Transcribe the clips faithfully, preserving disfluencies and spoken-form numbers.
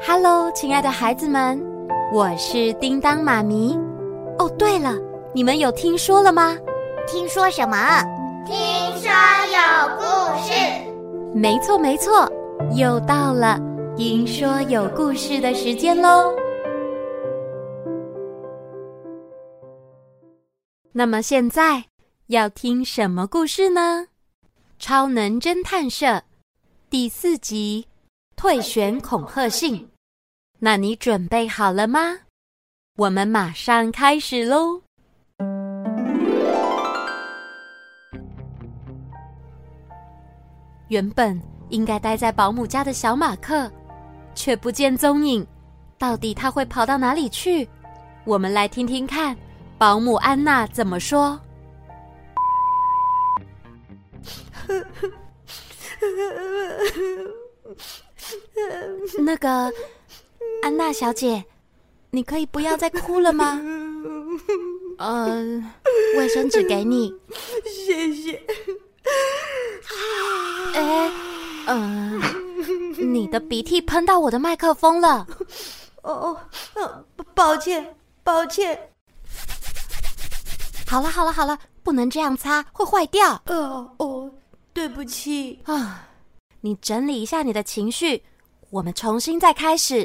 Hello， 亲爱的孩子们，我是叮当妈咪。哦，对了，你们有听说了吗？ 听说什么？ 听说有故事。 没错没错，又到了听说有故事的时间咯。那么现在要听什么故事呢？超能侦探社第四集，退选恐吓信。那你准备好了吗？我们马上开始咯。原本应该待在保姆家的小马克却不见踪影，到底他会跑到哪里去？我们来听听看保姆安娜怎么说。那个安娜小姐，你可以不要再哭了吗？呃，卫生纸给你， 谢谢。 哎，呃，你的鼻涕喷到我的麦克风了。 哦哦，抱歉，抱歉。 好了好了好了，不能这样擦，会坏掉。 哦哦，对不起啊，你整理一下你的情绪，我们重新再开始。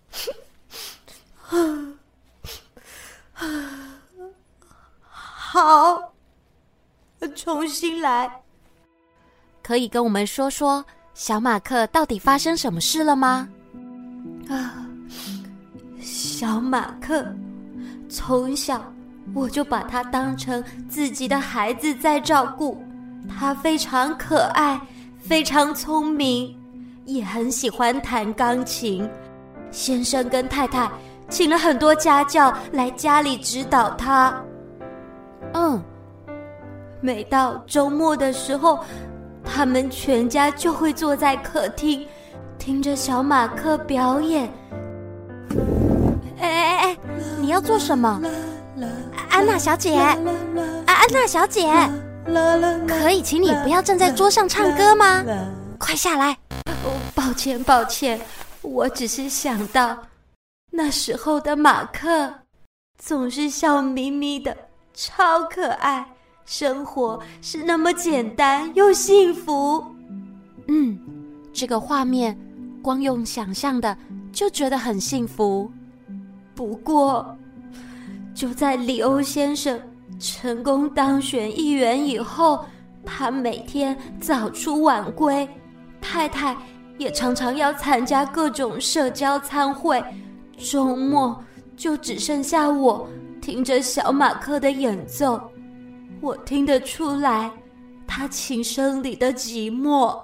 好，重新来。 可以跟我们说说小马克到底发生什么事了吗？ 啊，小马克，从小我就把他当成自己的孩子在照顾。他非常可爱，非常聪明，也很喜欢弹钢琴。先生跟太太请了很多家教来家里指导他。 嗯， 每到周末的时候，他们全家就会坐在客厅，听着小马克表演。 哎哎哎，你要做什么？安娜小姐，啊，安娜小姐，可以请你不要站在桌上唱歌吗？快下来！ 哦，抱歉抱歉，我只是想到那时候的马克总是笑眯眯的，超可爱，生活是那么简单又幸福。 嗯，这个画面光用想象的就觉得很幸福。 不过就在里欧先生成功当选议员以后，他每天早出晚归，太太也常常要参加各种社交餐会，周末就只剩下我听着小马克的演奏。我听得出来他琴声里的寂寞。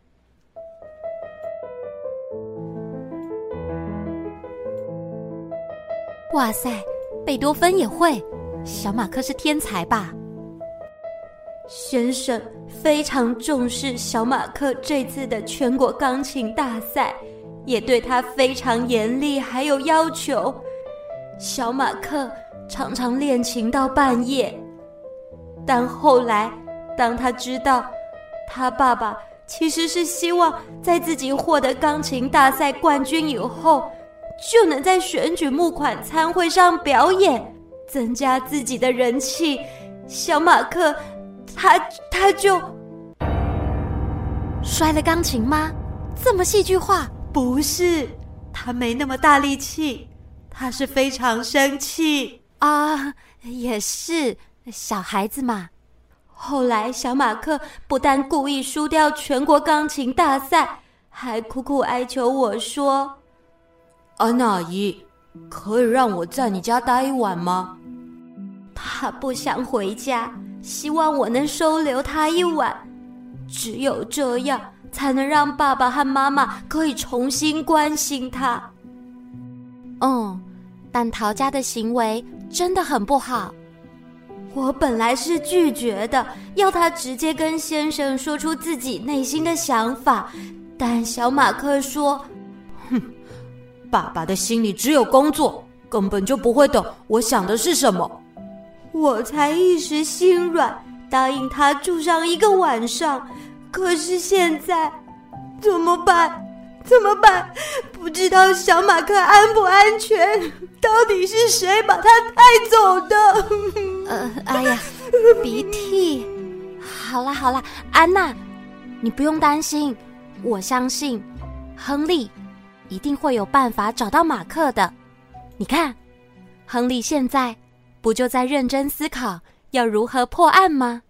哇塞，贝多芬也会，小马克是天才吧？ 先生非常重视小马克这次的全国钢琴大赛，也对他非常严厉还有要求。小马克常常练琴到半夜，但后来当他知道他爸爸其实是希望在自己获得钢琴大赛冠军以后，就能在选举募款餐会上表演，增加自己的人气，小马克他他就摔了钢琴吗？这么戏剧化？ 不是，他没那么大力气，他是非常生气啊，也是小孩子嘛。 后来小马克不但故意输掉全国钢琴大赛，还苦苦哀求我说，安娜阿姨，可以让我在你家待一晚吗？他不想回家，希望我能收留他一晚，只有这样才能让爸爸和妈妈可以重新关心他。 嗯，但陶家的行为真的很不好。 我本来是拒绝的，要他直接跟先生说出自己内心的想法，但小马克说，哼，爸爸的心里只有工作，根本就不会懂我想的是什么。我才一时心软，答应他住上一个晚上，可是现在怎么办？ 怎么办？不知道小马克安不安全？到底是谁把他带走的？ 呃，哎呀，鼻涕。好啦好啦，安娜，你不用担心，我相信亨利一定会有办法找到马克的。你看，亨利现在不就在认真思考要如何破案吗？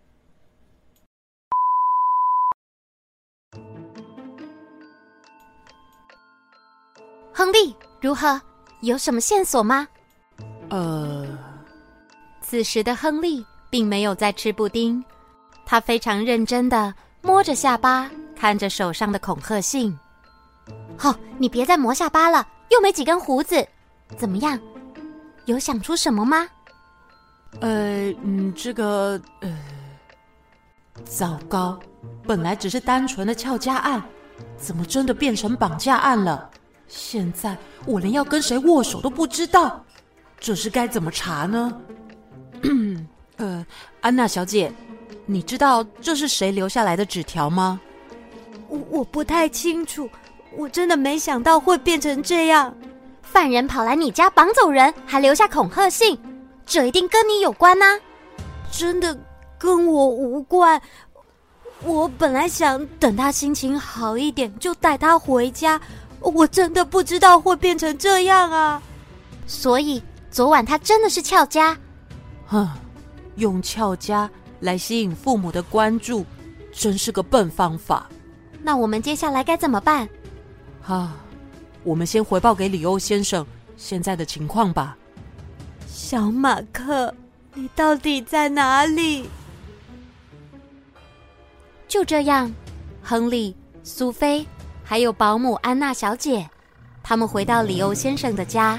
亨利，如何？有什么线索吗？ 呃， 此时的亨利并没有在吃布丁，他非常认真地摸着下巴，看着手上的恐吓信。哦，你别再磨下巴了，又没几根胡子。怎么样？有想出什么吗？ 呃，嗯，这个，呃，糟糕，本来只是单纯的撬家案，怎么真的变成绑架案了？现在我连要跟谁握手都不知道，这是该怎么查呢？呃，安娜小姐，你知道这是谁留下来的纸条吗？ 我我不太清楚，我真的没想到会变成这样。 犯人跑来你家绑走人，还留下恐吓信，这一定跟你有关啊！ 真的跟我无关。我本来想等他心情好一点就带他回家，我真的不知道会变成这样啊！ 所以昨晚他真的是翘家。 哼，用翘家来吸引父母的关注，真是个笨方法。 那我们接下来该怎么办？ 啊，我们先回报给里欧先生现在的情况吧。 小马克，你到底在哪里？ 就这样，亨利、苏菲还有保姆安娜小姐，他们回到里欧先生的家。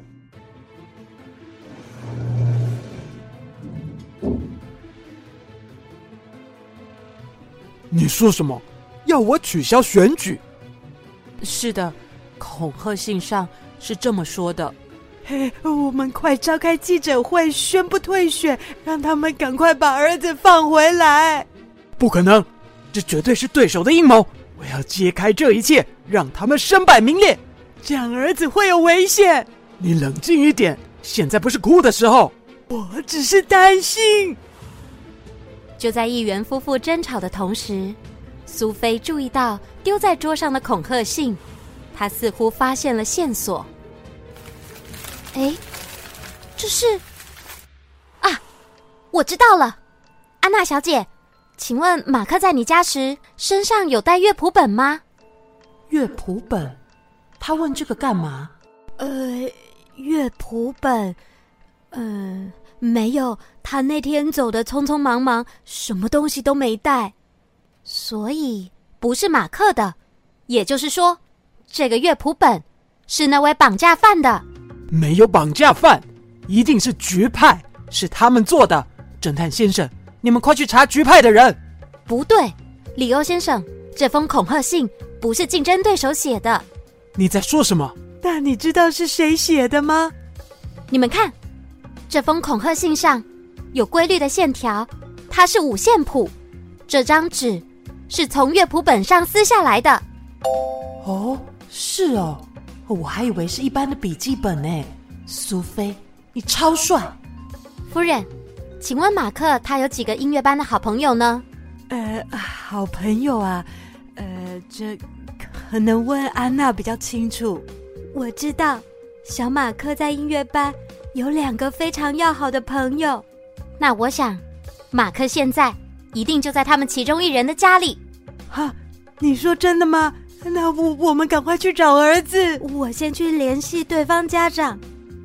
你说什么？要我取消选举？ 是的，恐吓信上是这么说的。 嘿，我们快召开记者会宣布退选，让他们赶快把儿子放回来。 不可能，这绝对是对手的阴谋！我要揭开这一切，让他们身败名裂，这样儿子会有危险。你冷静一点，现在不是哭的时候。 我只是担心。 就在议员夫妇争吵的同时，苏菲注意到丢在桌上的恐吓信，她似乎发现了线索。哎，这是……啊，我知道了，安娜小姐，请问马克在你家时身上有带乐谱本吗？ 乐谱本？他问这个干嘛？ 呃，乐谱本，嗯、呃。没有，他那天走得匆匆忙忙，什么东西都没带， 所以不是马克的。也就是说，这个乐谱本是那位绑架犯的。 没有绑架犯，一定是局派，是他们做的。侦探先生，你们快去查局派的人。 不对，里欧先生，这封恐吓信不是竞争对手写的。 你在说什么？ 那你知道是谁写的吗？ 你们看。这封恐吓信上有规律的线条，它是五线谱。这张纸是从乐谱本上撕下来的。 哦，是哦，我还以为是一般的笔记本呢。苏菲，你超帅。 夫人，请问马克他有几个音乐班的好朋友呢？ 呃，好朋友啊，呃，这可能问安娜比较清楚。我知道，小马克在音乐班有两个非常要好的朋友。 那我想马克现在一定就在他们其中一人的家里。 哈，你说真的吗？那我我们赶快去找儿子。我先去联系对方家长。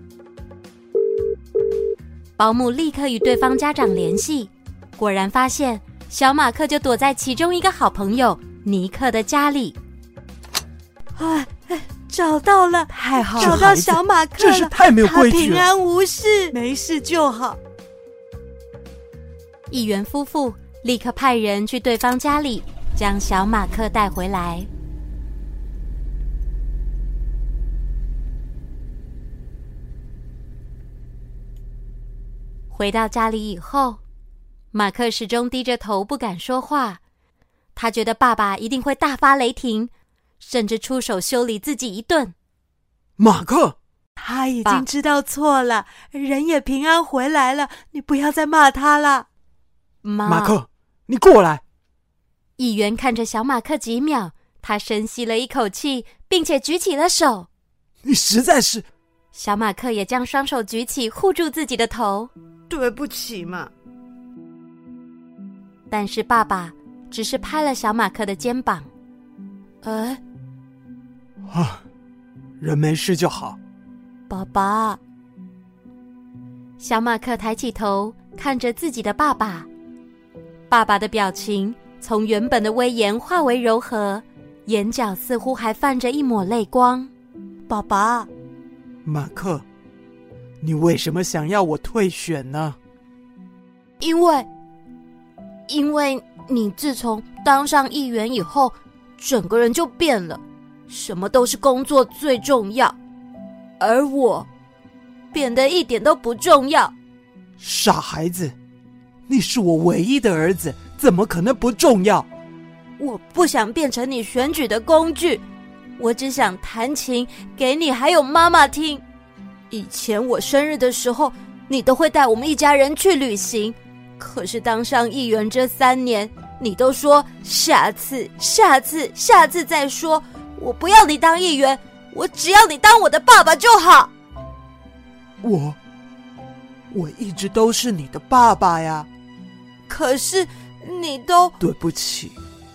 保姆立刻与对方家长联系，果然发现小马克就躲在其中一个好朋友尼克的家里。 啊，找到了， 太好了， 找到小马克了， 真是太没有规矩了。 他平安无事，没事就好。 议员夫妇立刻派人去对方家里，将小马克带回来。回到家里以后，马克始终低着头不敢说话，他觉得爸爸一定会大发雷霆， 甚至出手修理自己一顿。 马克， 他已经知道错了，人也平安回来了，你不要再骂他了。 妈， 马克，你过来。 议员看着小马克几秒，他深吸了一口气，并且举起了手。 你实在是…… 小马克也将双手举起，护住自己的头。 对不起嘛。 但是爸爸只是拍了小马克的肩膀。 哎， 啊，人没事就好。 爸爸。 小马克抬起头，看着自己的爸爸。爸爸的表情从原本的威严化为柔和，眼角似乎还泛着一抹泪光。 爸爸。 马克，你为什么想要我退选呢？ 因为因为你自从当上议员以后，整个人就变了，什么都是工作最重要，而我变得一点都不重要。 傻孩子，你是我唯一的儿子，怎么可能不重要？ 我不想变成你选举的工具，我只想弹琴给你还有妈妈听。以前我生日的时候，你都会带我们一家人去旅行，可是当上议员这三年，你都说下次下次下次再说，我不要你当议员，我只要你当我的爸爸就好。 我我一直都是你的爸爸呀。 可是你都…… 对不起，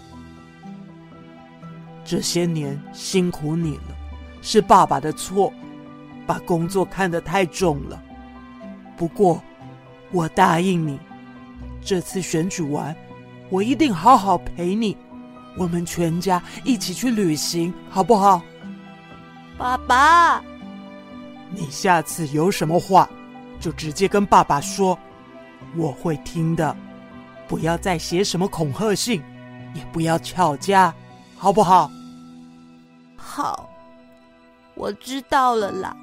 这些年辛苦你了，是爸爸的错，把工作看得太重了。不过我答应你，这次选举完，我一定好好陪你，我们全家一起去旅行，好不好？ 爸爸， 你下次有什么话就直接跟爸爸说，我会听的。不要再写什么恐吓信，也不要吵架，好不好？ 好，我知道了啦。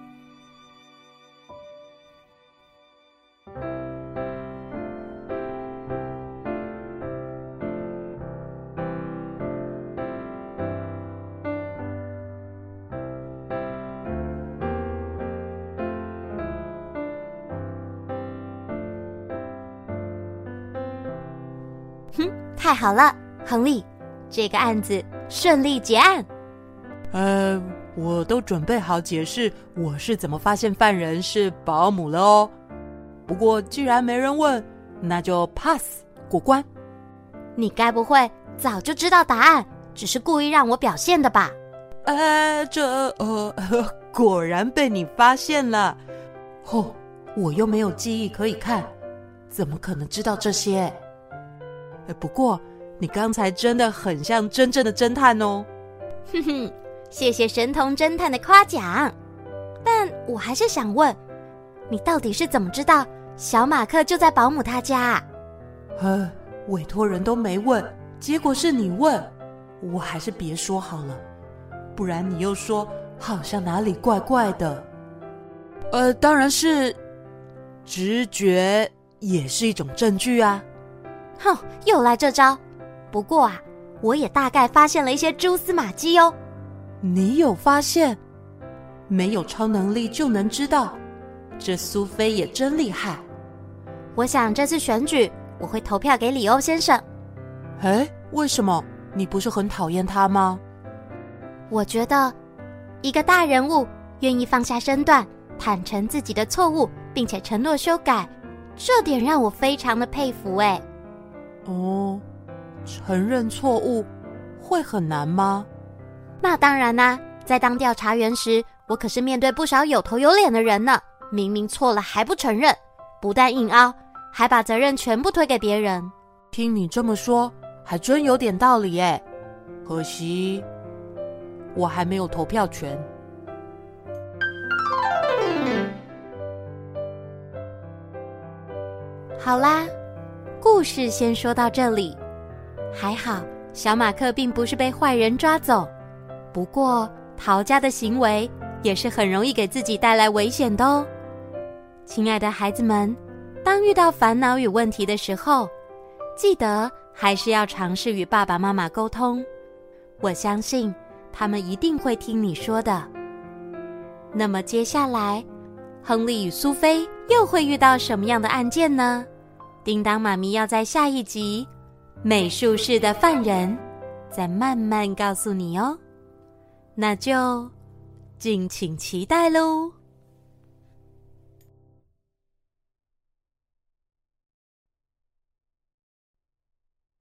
哼，太好了，亨利，这个案子顺利结案。 呃，我都准备好解释我是怎么发现犯人是保姆了哦。不过既然没人问，那就 pass 过关。 你该不会早就知道答案，只是故意让我表现的吧？ 呃，这呃，果然被你发现了。哦，我又没有记忆可以看，怎么可能知道这些？不过你刚才真的很像真正的侦探哦。 哼哼，谢谢神童侦探的夸奖，但我还是想问，你到底是怎么知道小马克就在保姆他家啊？ 呃，委托人都没问，结果是你问，我还是别说好了，不然你又说好像哪里怪怪的。呃，当然是直觉也是一种证据啊。 哼，又来这招。不过啊，我也大概发现了一些蛛丝马迹哦。 你有发现？没有超能力就能知道，这苏菲也真厉害。 我想这次选举我会投票给里欧先生。 哎，为什么？你不是很讨厌他吗？ 我觉得一个大人物愿意放下身段，坦诚自己的错误，并且承诺修改，这点让我非常的佩服哎。 哦，承认错误会很难吗？ 那当然啦、啊，在当调查员时，我可是面对不少有头有脸的人呢。明明错了还不承认，不但硬凹，还把责任全部推给别人。 听你这么说，还真有点道理耶。可惜，我还没有投票权。 好啦，故事先说到这里。还好，小马克并不是被坏人抓走。不过，逃家的行为也是很容易给自己带来危险的哦。亲爱的孩子们，当遇到烦恼与问题的时候，记得还是要尝试与爸爸妈妈沟通。我相信， 他们一定会听你说的。那么接下来，亨利与苏菲又会遇到什么样的案件呢？叮当妈咪要在下一集《美术室的犯人》再慢慢告诉你哦。那就敬请期待喽。